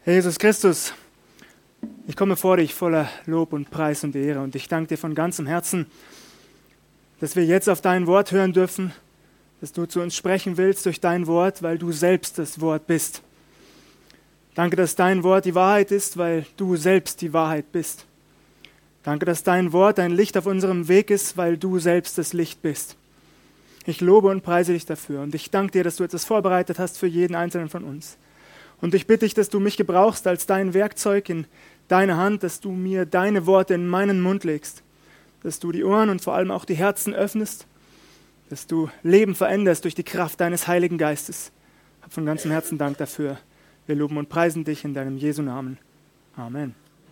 Herr Jesus Christus, ich komme vor dich voller Lob und Preis und Ehre und ich danke dir von ganzem Herzen, dass wir jetzt auf dein Wort hören dürfen, dass du zu uns sprechen willst durch dein Wort, weil du selbst das Wort bist. Danke, dass dein Wort die Wahrheit ist, weil du selbst die Wahrheit bist. Danke, dass dein Wort ein Licht auf unserem Weg ist, weil du selbst das Licht bist. Ich lobe und preise dich dafür und ich danke dir, dass du etwas vorbereitet hast für jeden Einzelnen von uns. Und ich bitte dich, dass du mich gebrauchst als dein Werkzeug in deine Hand, dass du mir deine Worte in meinen Mund legst, dass du die Ohren und vor allem auch die Herzen öffnest, dass du Leben veränderst durch die Kraft deines Heiligen Geistes. Ich habe von ganzem Herzen Dank dafür. Wir loben und preisen dich in deinem Jesu Namen. Amen.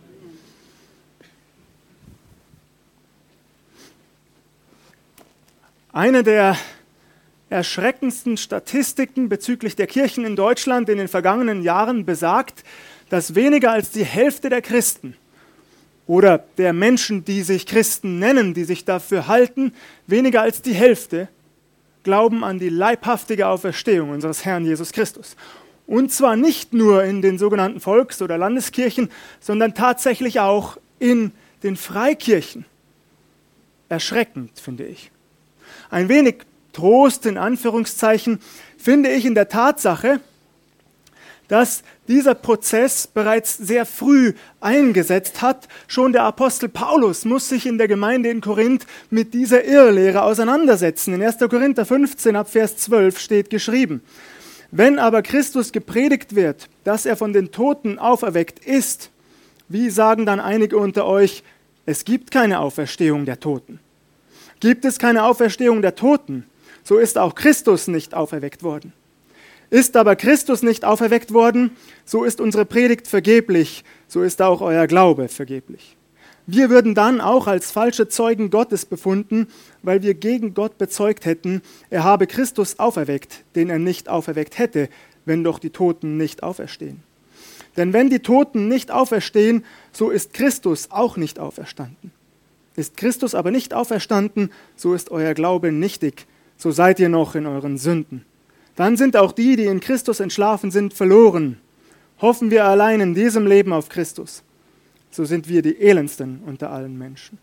Eine der erschreckendsten Statistiken bezüglich der Kirchen in Deutschland in den vergangenen Jahren besagt, dass weniger als die Hälfte der Christen oder der Menschen, die sich Christen nennen, die sich dafür halten, weniger als die Hälfte glauben an die leibhaftige Auferstehung unseres Herrn Jesus Christus. Und zwar nicht nur in den sogenannten Volks- oder Landeskirchen, sondern tatsächlich auch in den Freikirchen. Erschreckend, finde ich. Ein wenig Trost in Anführungszeichen finde ich in der Tatsache, dass dieser Prozess bereits sehr früh eingesetzt hat. Schon der Apostel Paulus muss sich in der Gemeinde in Korinth mit dieser Irrlehre auseinandersetzen. In 1. Korinther 15 ab Vers 12 steht geschrieben: Wenn aber Christus gepredigt wird, dass er von den Toten auferweckt ist, wie sagen dann einige unter euch, es gibt keine Auferstehung der Toten? Gibt es keine Auferstehung der Toten, so ist auch Christus nicht auferweckt worden. Ist aber Christus nicht auferweckt worden, so ist unsere Predigt vergeblich, so ist auch euer Glaube vergeblich. Wir würden dann auch als falsche Zeugen Gottes befunden, weil wir gegen Gott bezeugt hätten, er habe Christus auferweckt, den er nicht auferweckt hätte, wenn doch die Toten nicht auferstehen. Denn wenn die Toten nicht auferstehen, so ist Christus auch nicht auferstanden. Ist Christus aber nicht auferstanden, so ist euer Glaube nichtig, so seid ihr noch in euren Sünden. Dann sind auch die, die in Christus entschlafen sind, verloren. Hoffen wir allein in diesem Leben auf Christus, so sind wir die elendsten unter allen Menschen.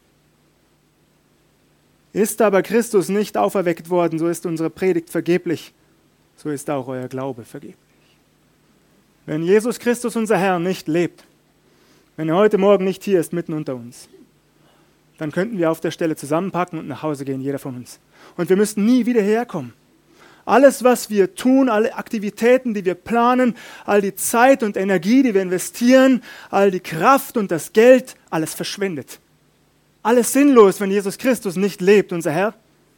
Ist aber Christus nicht auferweckt worden, so ist unsere Predigt vergeblich, so ist auch euer Glaube vergeblich. Wenn Jesus Christus, unser Herr, nicht lebt, wenn er heute Morgen nicht hier ist, mitten unter uns, dann könnten wir auf der Stelle zusammenpacken und nach Hause gehen, jeder von uns. Und wir müssten nie wieder herkommen. Alles, was wir tun, alle Aktivitäten, die wir planen, all die Zeit und Energie, die wir investieren, all die Kraft und das Geld, alles verschwendet. Alles sinnlos, wenn Jesus Christus nicht lebt, unser Herr.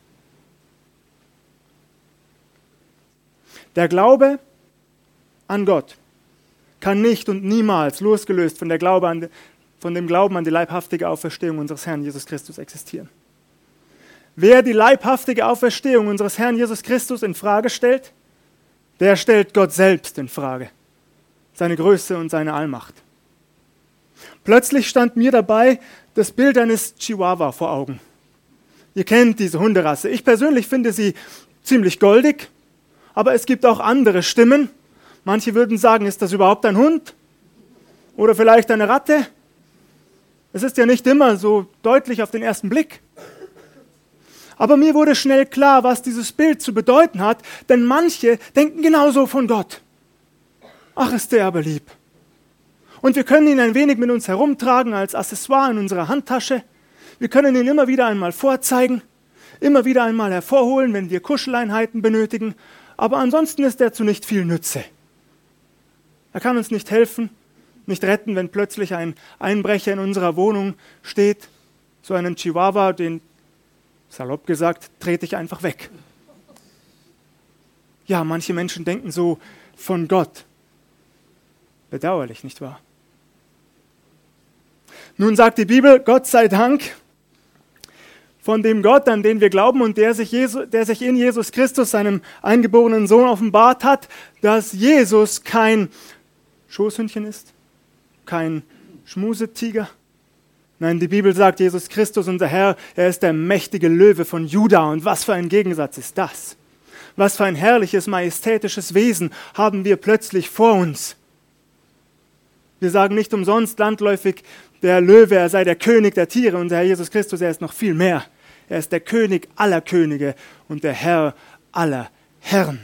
Der Glaube an Gott kann nicht und niemals, losgelöst von dem Glauben an die leibhaftige Auferstehung unseres Herrn Jesus Christus, existieren. Wer die leibhaftige Auferstehung unseres Herrn Jesus Christus in Frage stellt, der stellt Gott selbst in Frage, seine Größe und seine Allmacht. Plötzlich stand mir dabei das Bild eines Chihuahua vor Augen. Ihr kennt diese Hunderasse. Ich persönlich finde sie ziemlich goldig, aber es gibt auch andere Stimmen. Manche würden sagen, ist das überhaupt ein Hund? Oder vielleicht eine Ratte? Es ist ja nicht immer so deutlich auf den ersten Blick. Aber mir wurde schnell klar, was dieses Bild zu bedeuten hat, denn manche denken genauso von Gott. Ach, ist der aber lieb. Und wir können ihn ein wenig mit uns herumtragen als Accessoire in unserer Handtasche. Wir können ihn immer wieder einmal vorzeigen, immer wieder einmal hervorholen, wenn wir Kuscheleinheiten benötigen. Aber ansonsten ist er zu nicht viel Nütze. Er kann uns nicht helfen, nicht retten, wenn plötzlich ein Einbrecher in unserer Wohnung steht. So einen Chihuahua, den, salopp gesagt, trete ich einfach weg. Ja, manche Menschen denken so von Gott. Bedauerlich, nicht wahr? Nun sagt die Bibel, Gott sei Dank, von dem Gott, an den wir glauben und der sich in Jesus Christus, seinem eingeborenen Sohn, offenbart hat, dass Jesus kein Schoßhündchen ist, kein Schmusetiger. Nein, die Bibel sagt, Jesus Christus, unser Herr, er ist der mächtige Löwe von Juda. Und was für ein Gegensatz ist das? Was für ein herrliches, majestätisches Wesen haben wir plötzlich vor uns. Wir sagen nicht umsonst landläufig, der Löwe, er sei der König der Tiere. Und der Herr Jesus Christus, er ist noch viel mehr. Er ist der König aller Könige und der Herr aller Herren.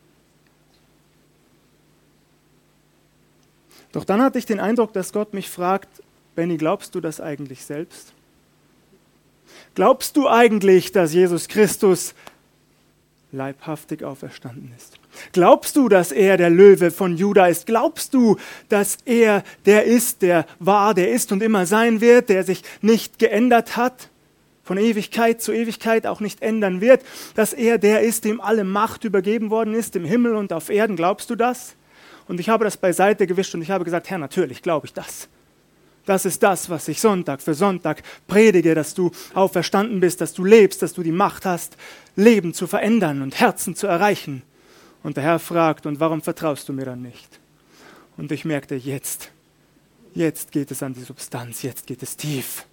Doch dann hatte ich den Eindruck, dass Gott mich fragt, Benny, glaubst du das eigentlich selbst? Glaubst du eigentlich, dass Jesus Christus leibhaftig auferstanden ist? Glaubst du, dass er der Löwe von Juda ist? Glaubst du, dass er der ist, der war, der ist und immer sein wird, der sich nicht geändert hat, von Ewigkeit zu Ewigkeit auch nicht ändern wird, dass er der ist, dem alle Macht übergeben worden ist, im Himmel und auf Erden? Glaubst du das? Und ich habe das beiseite gewischt und ich habe gesagt, Herr, natürlich glaube ich das. Das ist das, was ich Sonntag für Sonntag predige, dass du auferstanden bist, dass du lebst, dass du die Macht hast, Leben zu verändern und Herzen zu erreichen. Und der Herr fragt, und warum vertraust du mir dann nicht? Und ich merkte, jetzt geht es an die Substanz, jetzt geht es tief.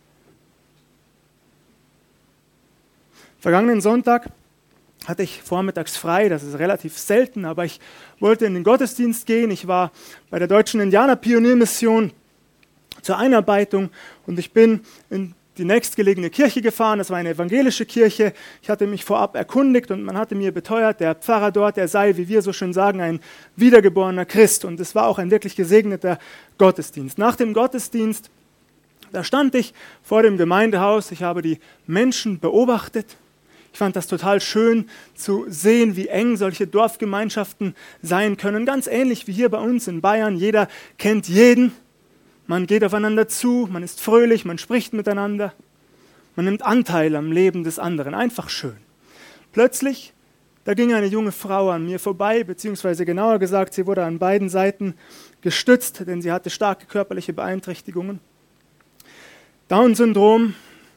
Vergangenen Sonntag hatte ich vormittags frei, das ist relativ selten, aber ich wollte in den Gottesdienst gehen. Ich war bei der Deutschen Indianer-Pioniermission zur Einarbeitung und ich bin in die nächstgelegene Kirche gefahren. Das war eine evangelische Kirche. Ich hatte mich vorab erkundigt und man hatte mir beteuert, der Pfarrer dort, der sei, wie wir so schön sagen, ein wiedergeborener Christ. Und es war auch ein wirklich gesegneter Gottesdienst. Nach dem Gottesdienst, da stand ich vor dem Gemeindehaus. Ich habe die Menschen beobachtet. Ich fand das total schön zu sehen, wie eng solche Dorfgemeinschaften sein können. Ganz ähnlich wie hier bei uns in Bayern. Jeder kennt jeden. Man geht aufeinander zu, man ist fröhlich, man spricht miteinander. Man nimmt Anteil am Leben des anderen. Einfach schön. Plötzlich, da ging eine junge Frau an mir vorbei, beziehungsweise genauer gesagt, sie wurde an beiden Seiten gestützt, denn sie hatte starke körperliche Beeinträchtigungen. Down-Syndrom.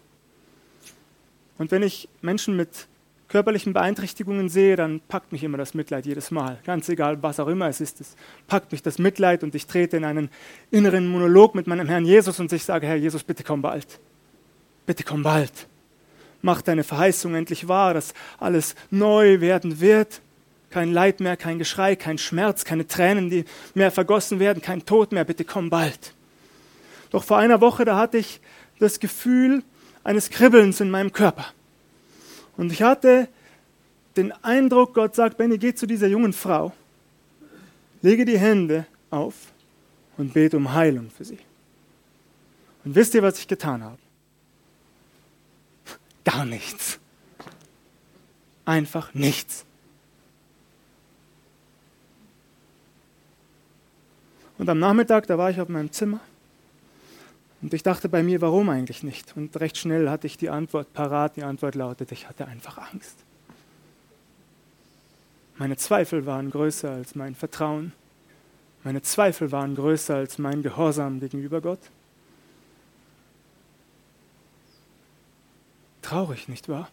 Und wenn ich Menschen mit körperlichen Beeinträchtigungen sehe, dann packt mich immer das Mitleid jedes Mal. Ganz egal, was auch immer es ist, es packt mich das Mitleid und ich trete in einen inneren Monolog mit meinem Herrn Jesus und ich sage, Herr Jesus, bitte komm bald. Bitte komm bald. Mach deine Verheißung endlich wahr, dass alles neu werden wird. Kein Leid mehr, kein Geschrei, kein Schmerz, keine Tränen, die mehr vergossen werden, kein Tod mehr. Bitte komm bald. Doch vor einer Woche, da hatte ich das Gefühl eines Kribbelns in meinem Körper. Und ich hatte den Eindruck, Gott sagt, Benni, geh zu dieser jungen Frau, lege die Hände auf und bete um Heilung für sie. Und wisst ihr, was ich getan habe? Gar nichts. Einfach nichts. Und am Nachmittag, da war ich auf meinem Zimmer und ich dachte bei mir, warum eigentlich nicht? Und recht schnell hatte ich die Antwort parat. Die Antwort lautete, ich hatte einfach Angst. Meine Zweifel waren größer als mein Vertrauen. Meine Zweifel waren größer als mein Gehorsam gegenüber Gott. Traurig, nicht wahr?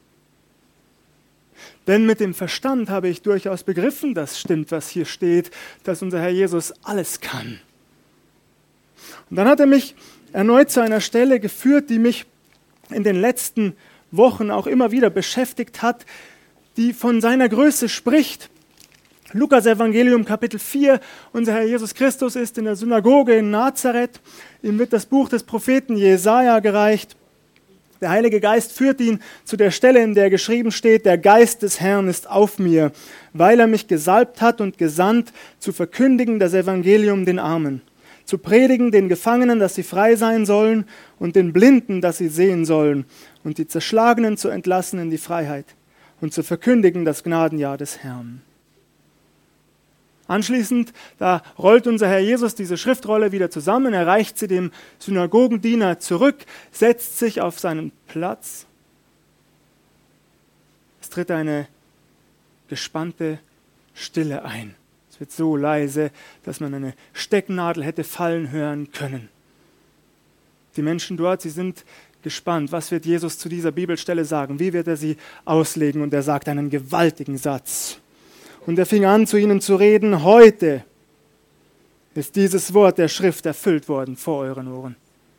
Denn mit dem Verstand habe ich durchaus begriffen, dass stimmt, was hier steht, dass unser Herr Jesus alles kann. Und dann hat er mich erneut zu einer Stelle geführt, die mich in den letzten Wochen auch immer wieder beschäftigt hat, die von seiner Größe spricht. Lukas Evangelium Kapitel 4, unser Herr Jesus Christus ist in der Synagoge in Nazareth, ihm wird das Buch des Propheten Jesaja gereicht. Der Heilige Geist führt ihn zu der Stelle, in der geschrieben steht, der Geist des Herrn ist auf mir, weil er mich gesalbt hat und gesandt, zu verkündigen das Evangelium den Armen, zu predigen den Gefangenen, dass sie frei sein sollen und den Blinden, dass sie sehen sollen und die Zerschlagenen zu entlassen in die Freiheit und zu verkündigen das Gnadenjahr des Herrn. Anschließend, da rollt unser Herr Jesus diese Schriftrolle wieder zusammen, er reicht sie dem Synagogendiener zurück, setzt sich auf seinen Platz. Es tritt eine gespannte Stille ein. Es wird so leise, dass man eine Stecknadel hätte fallen hören können. Die Menschen dort, sie sind gespannt. Was wird Jesus zu dieser Bibelstelle sagen? Wie wird er sie auslegen? Und er sagt einen gewaltigen Satz. Und er fing an, zu ihnen zu reden, heute ist dieses Wort der Schrift erfüllt worden vor euren Ohren.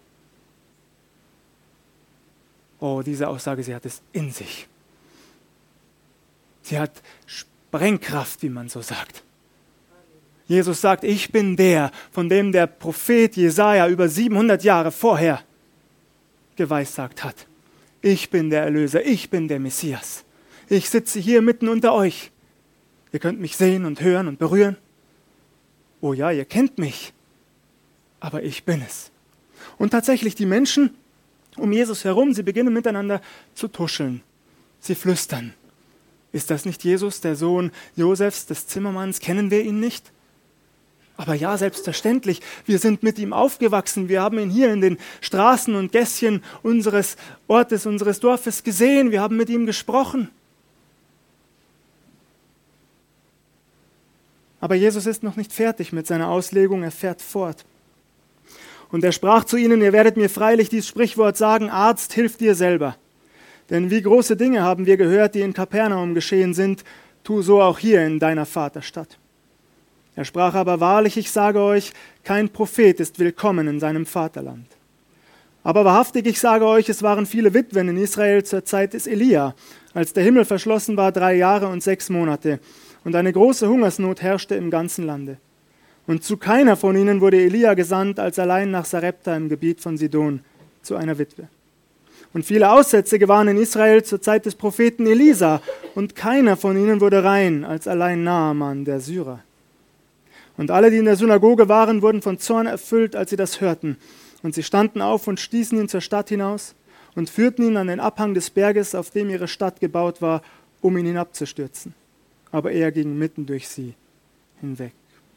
Oh, diese Aussage, sie hat es in sich. Sie hat Sprengkraft, wie man so sagt. Jesus sagt, ich bin der, von dem der Prophet Jesaja über 700 Jahre vorher geweissagt hat. Ich bin der Erlöser, ich bin der Messias. Ich sitze hier mitten unter euch. Ihr könnt mich sehen und hören und berühren. Oh ja, ihr kennt mich, aber ich bin es. Und tatsächlich, die Menschen um Jesus herum, sie beginnen miteinander zu tuscheln. Sie flüstern. Ist das nicht Jesus, der Sohn Josefs, des Zimmermanns? Kennen wir ihn nicht? Aber ja, selbstverständlich, wir sind mit ihm aufgewachsen. Wir haben ihn hier in den Straßen und Gässchen unseres Ortes, unseres Dorfes gesehen. Wir haben mit ihm gesprochen. Aber Jesus ist noch nicht fertig mit seiner Auslegung, er fährt fort. Und er sprach zu ihnen, ihr werdet mir freilich dieses Sprichwort sagen, Arzt, hilf dir selber. Denn wie große Dinge haben wir gehört, die in Kapernaum geschehen sind, tu so auch hier in deiner Vaterstadt. Er sprach aber, wahrlich, ich sage euch, kein Prophet ist willkommen in seinem Vaterland. Aber wahrhaftig, ich sage euch, es waren viele Witwen in Israel zur Zeit des Elia, als der Himmel verschlossen war 3 Jahre und 6 Monate, und eine große Hungersnot herrschte im ganzen Lande. Und zu keiner von ihnen wurde Elia gesandt, als allein nach Sarepta im Gebiet von Sidon, zu einer Witwe. Und viele Aussätzige waren in Israel zur Zeit des Propheten Elisa, und keiner von ihnen wurde rein, als allein Naaman, der Syrer. Und alle, die in der Synagoge waren, wurden von Zorn erfüllt, als sie das hörten. Und sie standen auf und stießen ihn zur Stadt hinaus und führten ihn an den Abhang des Berges, auf dem ihre Stadt gebaut war, um ihn hinabzustürzen. Aber er ging mitten durch sie hinweg.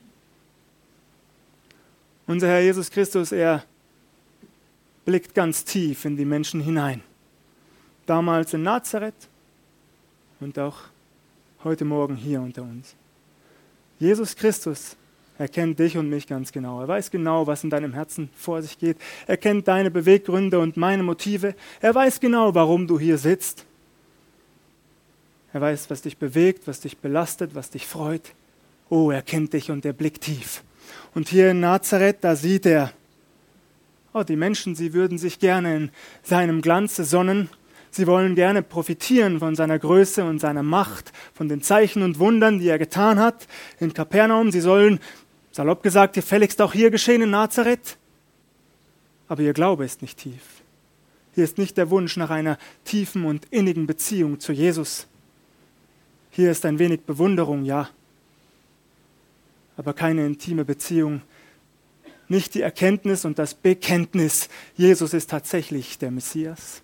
Unser Herr Jesus Christus, er blickt ganz tief in die Menschen hinein. Damals in Nazareth und auch heute Morgen hier unter uns. Jesus Christus erkennt dich und mich ganz genau. Er weiß genau, was in deinem Herzen vor sich geht. Er kennt deine Beweggründe und meine Motive. Er weiß genau, warum du hier sitzt. Er weiß, was dich bewegt, was dich belastet, was dich freut. Oh, er kennt dich und er blickt tief. Und hier in Nazareth, da sieht er, oh, die Menschen, sie würden sich gerne in seinem Glanze sonnen. Sie wollen gerne profitieren von seiner Größe und seiner Macht, von den Zeichen und Wundern, die er getan hat in Kapernaum. Sie sollen, salopp gesagt, gefälligst auch hier geschehen in Nazareth. Aber ihr Glaube ist nicht tief. Hier ist nicht der Wunsch nach einer tiefen und innigen Beziehung zu Jesus. Hier ist ein wenig Bewunderung, ja, aber keine intime Beziehung. Nicht die Erkenntnis und das Bekenntnis, Jesus ist tatsächlich der Messias.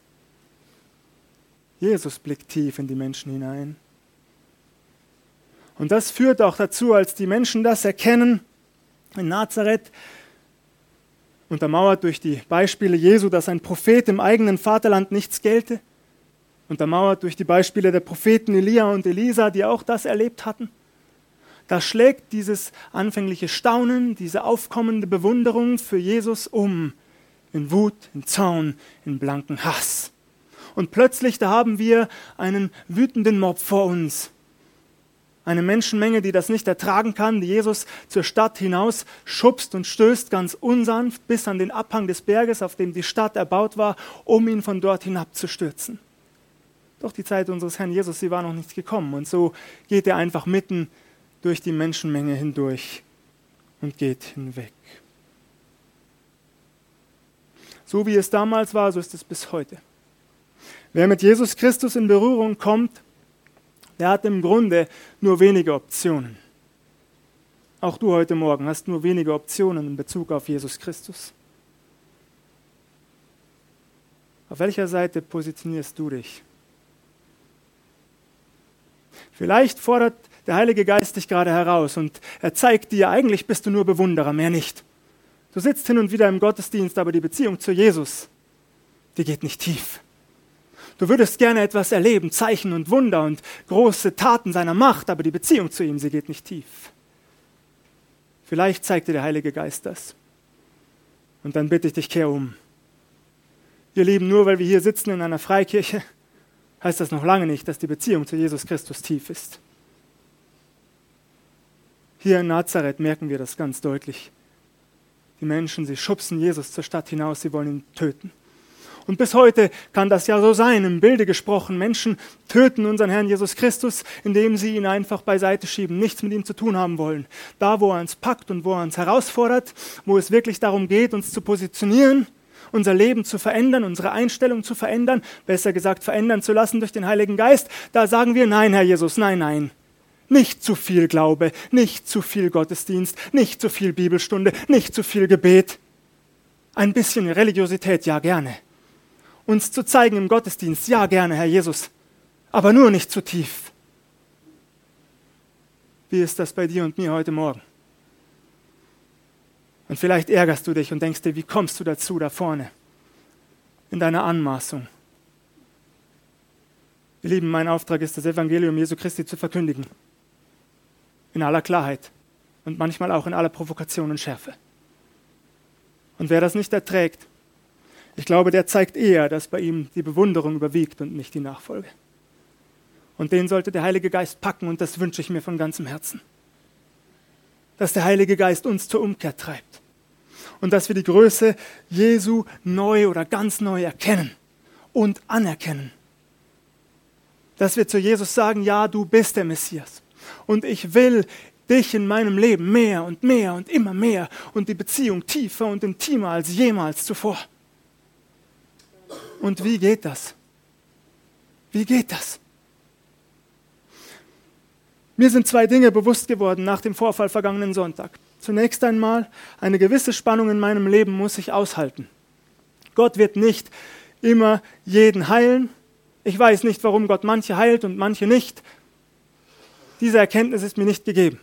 Jesus blickt tief in die Menschen hinein. Und das führt auch dazu, als die Menschen das erkennen, in Nazareth, untermauert durch die Beispiele Jesu, dass ein Prophet im eigenen Vaterland nichts gelte, untermauert durch die Beispiele der Propheten Elia und Elisa, die auch das erlebt hatten. Da schlägt dieses anfängliche Staunen, diese aufkommende Bewunderung für Jesus um in Wut, in Zorn, in blanken Hass. Und plötzlich, da haben wir einen wütenden Mob vor uns. Eine Menschenmenge, die das nicht ertragen kann, die Jesus zur Stadt hinaus schubst und stößt ganz unsanft bis an den Abhang des Berges, auf dem die Stadt erbaut war, um ihn von dort hinabzustürzen. Doch die Zeit unseres Herrn Jesus, sie war noch nicht gekommen. Und so geht er einfach mitten durch die Menschenmenge hindurch und geht hinweg. So wie es damals war, so ist es bis heute. Wer mit Jesus Christus in Berührung kommt, der hat im Grunde nur wenige Optionen. Auch du heute Morgen hast nur wenige Optionen in Bezug auf Jesus Christus. Auf welcher Seite positionierst du dich? Vielleicht fordert der Heilige Geist dich gerade heraus und er zeigt dir, eigentlich bist du nur Bewunderer, mehr nicht. Du sitzt hin und wieder im Gottesdienst, aber die Beziehung zu Jesus, die geht nicht tief. Du würdest gerne etwas erleben, Zeichen und Wunder und große Taten seiner Macht, aber die Beziehung zu ihm, sie geht nicht tief. Vielleicht zeigt dir der Heilige Geist das. Und dann bitte ich dich, kehr um. Ihr Lieben, nur weil wir hier sitzen in einer Freikirche, heißt das noch lange nicht, dass die Beziehung zu Jesus Christus tief ist. Hier in Nazareth merken wir das ganz deutlich. Die Menschen, sie schubsen Jesus zur Stadt hinaus, sie wollen ihn töten. Und bis heute kann das ja so sein, im Bilde gesprochen. Menschen töten unseren Herrn Jesus Christus, indem sie ihn einfach beiseite schieben, nichts mit ihm zu tun haben wollen. Da, wo er uns packt und wo er uns herausfordert, wo es wirklich darum geht, uns zu positionieren, unser Leben zu verändern, unsere Einstellung zu verändern, besser gesagt verändern zu lassen durch den Heiligen Geist, da sagen wir, nein, Herr Jesus, nein, nein. Nicht zu viel Glaube, nicht zu viel Gottesdienst, nicht zu viel Bibelstunde, nicht zu viel Gebet. Ein bisschen Religiosität, ja gerne. Uns zu zeigen im Gottesdienst, ja gerne, Herr Jesus, aber nur nicht zu tief. Wie ist das bei dir und mir heute Morgen? Und vielleicht ärgerst du dich und denkst dir, wie kommst du dazu da vorne? In deiner Anmaßung. Ihr Lieben, mein Auftrag ist, das Evangelium Jesu Christi zu verkündigen. In aller Klarheit und manchmal auch in aller Provokation und Schärfe. Und wer das nicht erträgt, ich glaube, der zeigt eher, dass bei ihm die Bewunderung überwiegt und nicht die Nachfolge. Und den sollte der Heilige Geist packen und das wünsche ich mir von ganzem Herzen. Dass der Heilige Geist uns zur Umkehr treibt. Und dass wir die Größe Jesu neu oder ganz neu erkennen und anerkennen. Dass wir zu Jesus sagen, ja, du bist der Messias. Und ich will dich in meinem Leben mehr und mehr und immer mehr und die Beziehung tiefer und intimer als jemals zuvor. Und wie geht das? Wie geht das? Mir sind 2 Dinge bewusst geworden nach dem Vorfall vergangenen Sonntag. Zunächst einmal, eine gewisse Spannung in meinem Leben muss ich aushalten. Gott wird nicht immer jeden heilen. Ich weiß nicht, warum Gott manche heilt und manche nicht. Diese Erkenntnis ist mir nicht gegeben.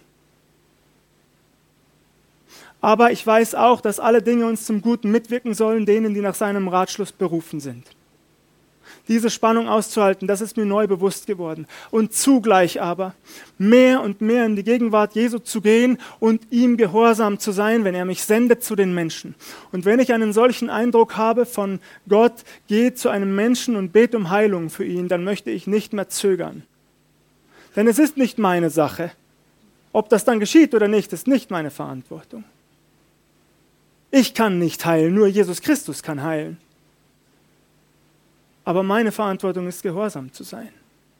Aber ich weiß auch, dass alle Dinge uns zum Guten mitwirken sollen, denen, die nach seinem Ratschluss berufen sind. Diese Spannung auszuhalten, das ist mir neu bewusst geworden. Und zugleich aber mehr und mehr in die Gegenwart Jesu zu gehen und ihm gehorsam zu sein, wenn er mich sendet zu den Menschen. Und wenn ich einen solchen Eindruck habe von Gott, geh zu einem Menschen und bete um Heilung für ihn, dann möchte ich nicht mehr zögern. Denn es ist nicht meine Sache. Ob das dann geschieht oder nicht, ist nicht meine Verantwortung. Ich kann nicht heilen, nur Jesus Christus kann heilen. Aber meine Verantwortung ist, gehorsam zu sein.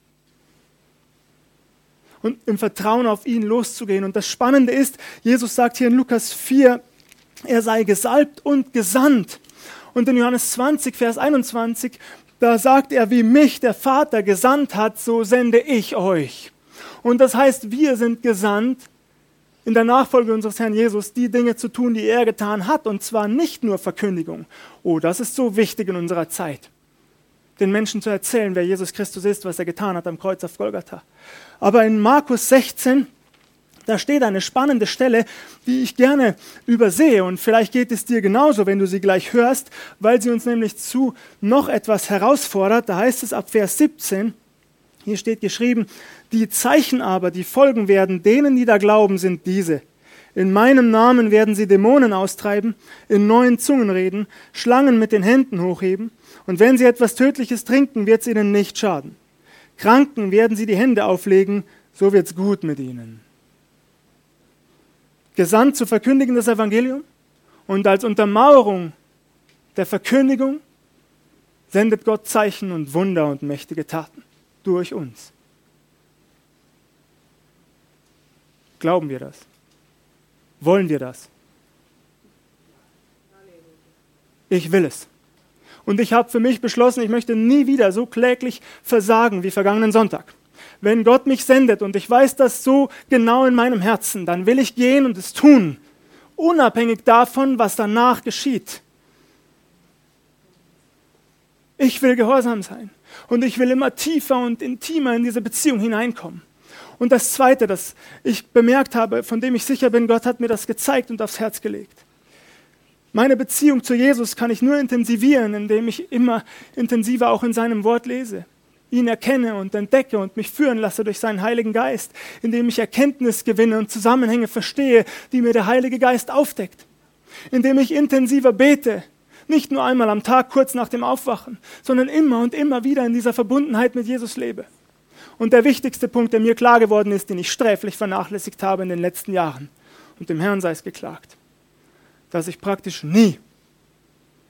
Und im Vertrauen auf ihn loszugehen. Und das Spannende ist, Jesus sagt hier in Lukas 4, er sei gesalbt und gesandt. Und in Johannes 20, Vers 21, da sagt er, wie mich der Vater gesandt hat, so sende ich euch. Und das heißt, wir sind gesandt, in der Nachfolge unseres Herrn Jesus die Dinge zu tun, die er getan hat. Und zwar nicht nur Verkündigung. Oh, das ist so wichtig in unserer Zeit. Den Menschen zu erzählen, wer Jesus Christus ist, was er getan hat am Kreuz auf Golgatha. Aber in Markus 16, da steht eine spannende Stelle, die ich gerne übersehe. Und vielleicht geht es dir genauso, wenn du sie gleich hörst, weil sie uns nämlich zu noch etwas herausfordert. Da heißt es ab Vers 17, hier steht geschrieben, die Zeichen aber, die folgen werden, denen, die da glauben, sind diese. In meinem Namen werden sie Dämonen austreiben, in neuen Zungen reden, Schlangen mit den Händen hochheben. Und wenn sie etwas Tödliches trinken, wird es ihnen nicht schaden. Kranken werden sie die Hände auflegen, so wird's gut mit ihnen. Gesandt zu verkündigen das Evangelium und als Untermauerung der Verkündigung sendet Gott Zeichen und Wunder und mächtige Taten durch uns. Glauben wir das? Wollen wir das? Ich will es. Und ich habe für mich beschlossen, ich möchte nie wieder so kläglich versagen wie vergangenen Sonntag. Wenn Gott mich sendet und ich weiß das so genau in meinem Herzen, dann will ich gehen und es tun, unabhängig davon, was danach geschieht. Ich will gehorsam sein und ich will immer tiefer und intimer in diese Beziehung hineinkommen. Und das Zweite, das ich bemerkt habe, von dem ich sicher bin, Gott hat mir das gezeigt und aufs Herz gelegt. Meine Beziehung zu Jesus kann ich nur intensivieren, indem ich immer intensiver auch in seinem Wort lese, ihn erkenne und entdecke und mich führen lasse durch seinen Heiligen Geist, indem ich Erkenntnis gewinne und Zusammenhänge verstehe, die mir der Heilige Geist aufdeckt, indem ich intensiver bete, nicht nur einmal am Tag kurz nach dem Aufwachen, sondern immer und immer wieder in dieser Verbundenheit mit Jesus lebe. Und der wichtigste Punkt, der mir klar geworden ist, den ich sträflich vernachlässigt habe in den letzten Jahren, und dem Herrn sei es geklagt, dass ich praktisch nie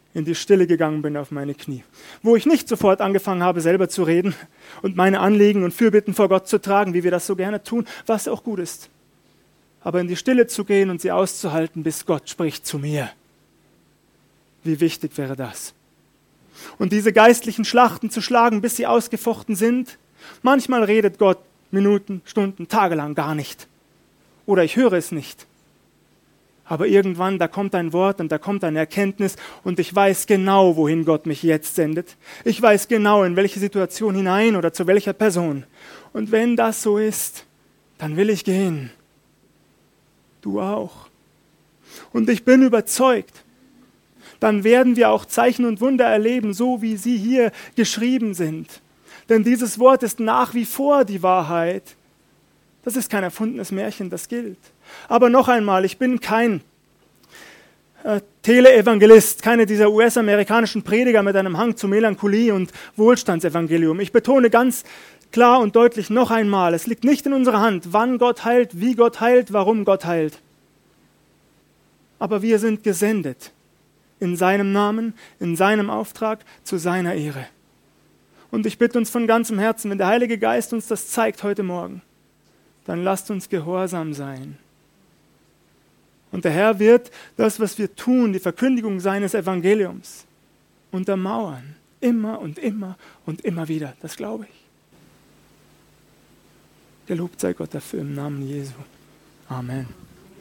in die Stille gegangen bin auf meine Knie, wo ich nicht sofort angefangen habe, selber zu reden und meine Anliegen und Fürbitten vor Gott zu tragen, wie wir das so gerne tun, was auch gut ist. Aber in die Stille zu gehen und sie auszuhalten, bis Gott spricht zu mir. Wie wichtig wäre das? Und diese geistlichen Schlachten zu schlagen, bis sie ausgefochten sind. Manchmal redet Gott Minuten, Stunden, tagelang gar nicht. Oder ich höre es nicht. Aber irgendwann, da kommt ein Wort und da kommt eine Erkenntnis und ich weiß genau, wohin Gott mich jetzt sendet. Ich weiß genau, in welche Situation hinein oder zu welcher Person. Und wenn das so ist, dann will ich gehen. Du auch. Und ich bin überzeugt, dann werden wir auch Zeichen und Wunder erleben, so wie sie hier geschrieben sind. Denn dieses Wort ist nach wie vor die Wahrheit. Das ist kein erfundenes Märchen, das gilt. Aber noch einmal, ich bin kein Teleevangelist, keine dieser US-amerikanischen Prediger mit einem Hang zu Melancholie und Wohlstandsevangelium. Ich betone ganz klar und deutlich noch einmal, es liegt nicht in unserer Hand, wann Gott heilt, wie Gott heilt, warum Gott heilt. Aber wir sind gesendet in seinem Namen, in seinem Auftrag, zu seiner Ehre. Und ich bitte uns von ganzem Herzen, wenn der Heilige Geist uns das zeigt heute Morgen, dann lasst uns gehorsam sein. Und der Herr wird das, was wir tun, die Verkündigung seines Evangeliums, untermauern. Immer und immer und immer wieder. Das glaube ich. Gelobt sei Gott dafür im Namen Jesu. Amen.